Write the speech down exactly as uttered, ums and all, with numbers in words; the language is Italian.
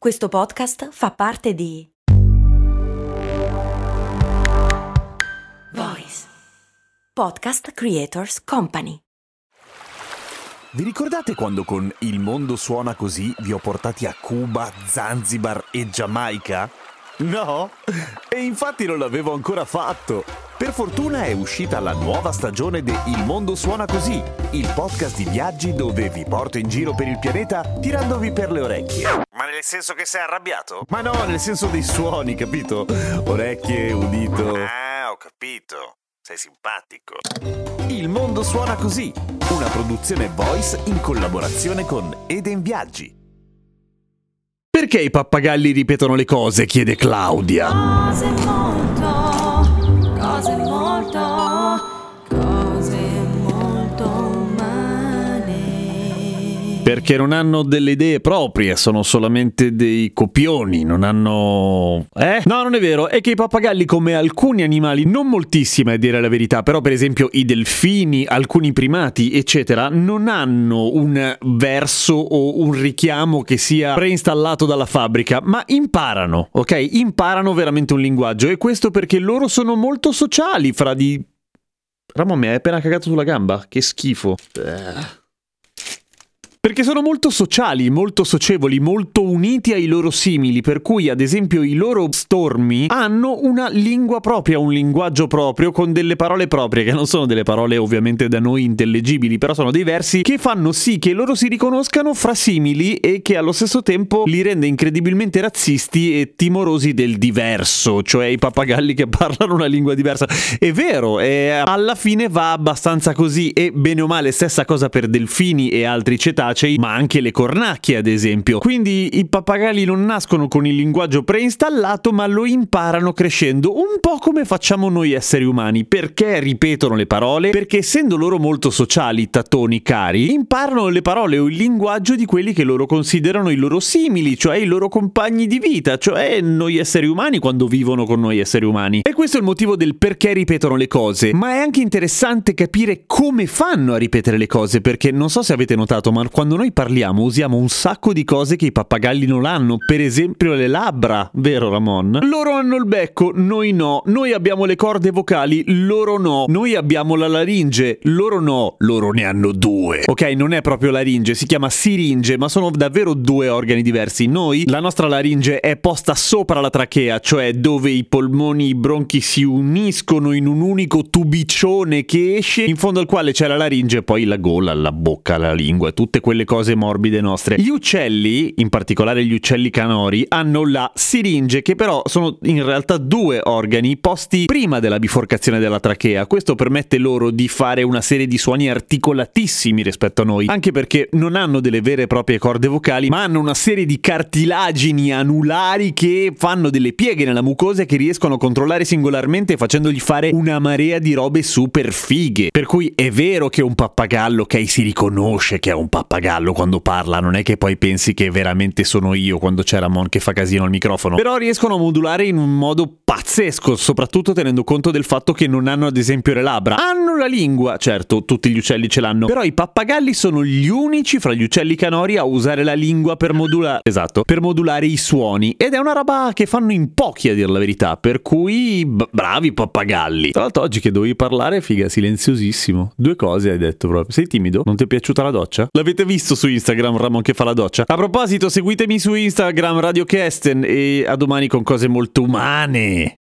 Questo podcast fa parte di Voice Podcast Creators Company. Vi ricordate quando con Il mondo suona così vi ho portati a Cuba, Zanzibar e Giamaica? No? E infatti non l'avevo ancora fatto. Per fortuna è uscita la nuova stagione di Il mondo suona così, il podcast di viaggi dove vi porto in giro per il pianeta tirandovi per le orecchie. Ma nel senso che sei arrabbiato? Ma no, nel senso dei suoni, capito? Orecchie, udito. Ah, ho capito. Sei simpatico. Il mondo suona così, una produzione Voice in collaborazione con Eden Viaggi. Perché i pappagalli ripetono le cose? Chiede Claudia. Cose molto, cose molto, cose molto umane. Perché non hanno delle idee proprie, sono solamente dei copioni, non hanno... Eh? No, non è vero, è che i pappagalli, come alcuni animali, non moltissimi a dire la verità, però per esempio i delfini, alcuni primati, eccetera, non hanno un verso o un richiamo che sia preinstallato dalla fabbrica, ma imparano, ok? Imparano veramente un linguaggio, e questo perché loro sono molto sociali fra di... Ramon, mi hai appena cagato sulla gamba, che schifo. Eh. Perché sono molto sociali, molto socievoli, molto uniti ai loro simili, per cui ad esempio i loro stormi hanno una lingua propria, un linguaggio proprio, con delle parole proprie, che non sono delle parole ovviamente da noi intellegibili, però sono dei versi che fanno sì che loro si riconoscano fra simili e che allo stesso tempo li rende incredibilmente razzisti e timorosi del diverso, cioè i pappagalli che parlano una lingua diversa. È vero, e alla fine va abbastanza così, e bene o male stessa cosa per delfini e altri cetacei, ma anche le cornacchie ad esempio. Quindi i pappagalli non nascono con il linguaggio preinstallato, ma lo imparano crescendo, un po' come facciamo noi esseri umani. Perché ripetono le parole? Perché essendo loro molto sociali, tattoni cari, imparano le parole o il linguaggio di quelli che loro considerano i loro simili, cioè i loro compagni di vita, cioè noi esseri umani quando vivono con noi esseri umani. E questo è il motivo del perché ripetono le cose. Ma è anche interessante capire come fanno a ripetere le cose, perché non so se avete notato, ma quando noi parliamo usiamo un sacco di cose che i pappagalli non hanno, per esempio le labbra, vero Ramon? Loro hanno il becco, noi no. Noi abbiamo le corde vocali, loro no. Noi abbiamo la laringe, loro no. Loro ne hanno due. Ok, non è proprio laringe, si chiama siringe, ma sono davvero due organi diversi. Noi, la nostra laringe è posta sopra la trachea, cioè dove i polmoni, i bronchi si uniscono in un unico tubicione che esce, in fondo al quale c'è la laringe, poi la gola, la bocca, la lingua, tutte quelle cose morbide nostre. Gli uccelli, in particolare gli uccelli canori, hanno la siringe, che però sono in realtà due organi posti prima della biforcazione della trachea. Questo permette loro di fare una serie di suoni articolatissimi rispetto a noi, anche perché non hanno delle vere e proprie corde vocali, ma hanno una serie di cartilagini anulari che fanno delle pieghe nella mucosa che riescono a controllare singolarmente, facendogli fare una marea di robe super fighe. Per cui è vero che un pappagallo, ok, si riconosce che è un pappagallo quando parla, non è che poi pensi che veramente sono io quando c'è Ramon che fa casino al microfono, però riescono a modulare in un modo pazzesco, soprattutto tenendo conto del fatto che non hanno ad esempio le labbra. Hanno la lingua, certo, tutti gli uccelli ce l'hanno, però i pappagalli sono gli unici fra gli uccelli canori a usare la lingua per modulare, esatto, per modulare i suoni, ed è una roba che fanno in pochi a dir la verità, per cui b- bravi pappagalli. Tra l'altro oggi che dovevi parlare, figa, silenziosissimo. Due cose hai detto proprio. Sei timido? Non ti è piaciuta la doccia? L'avete visto su Instagram Ramon che fa la doccia? A proposito, seguitemi su Instagram Radio Kesten, e a domani con cose molto umane.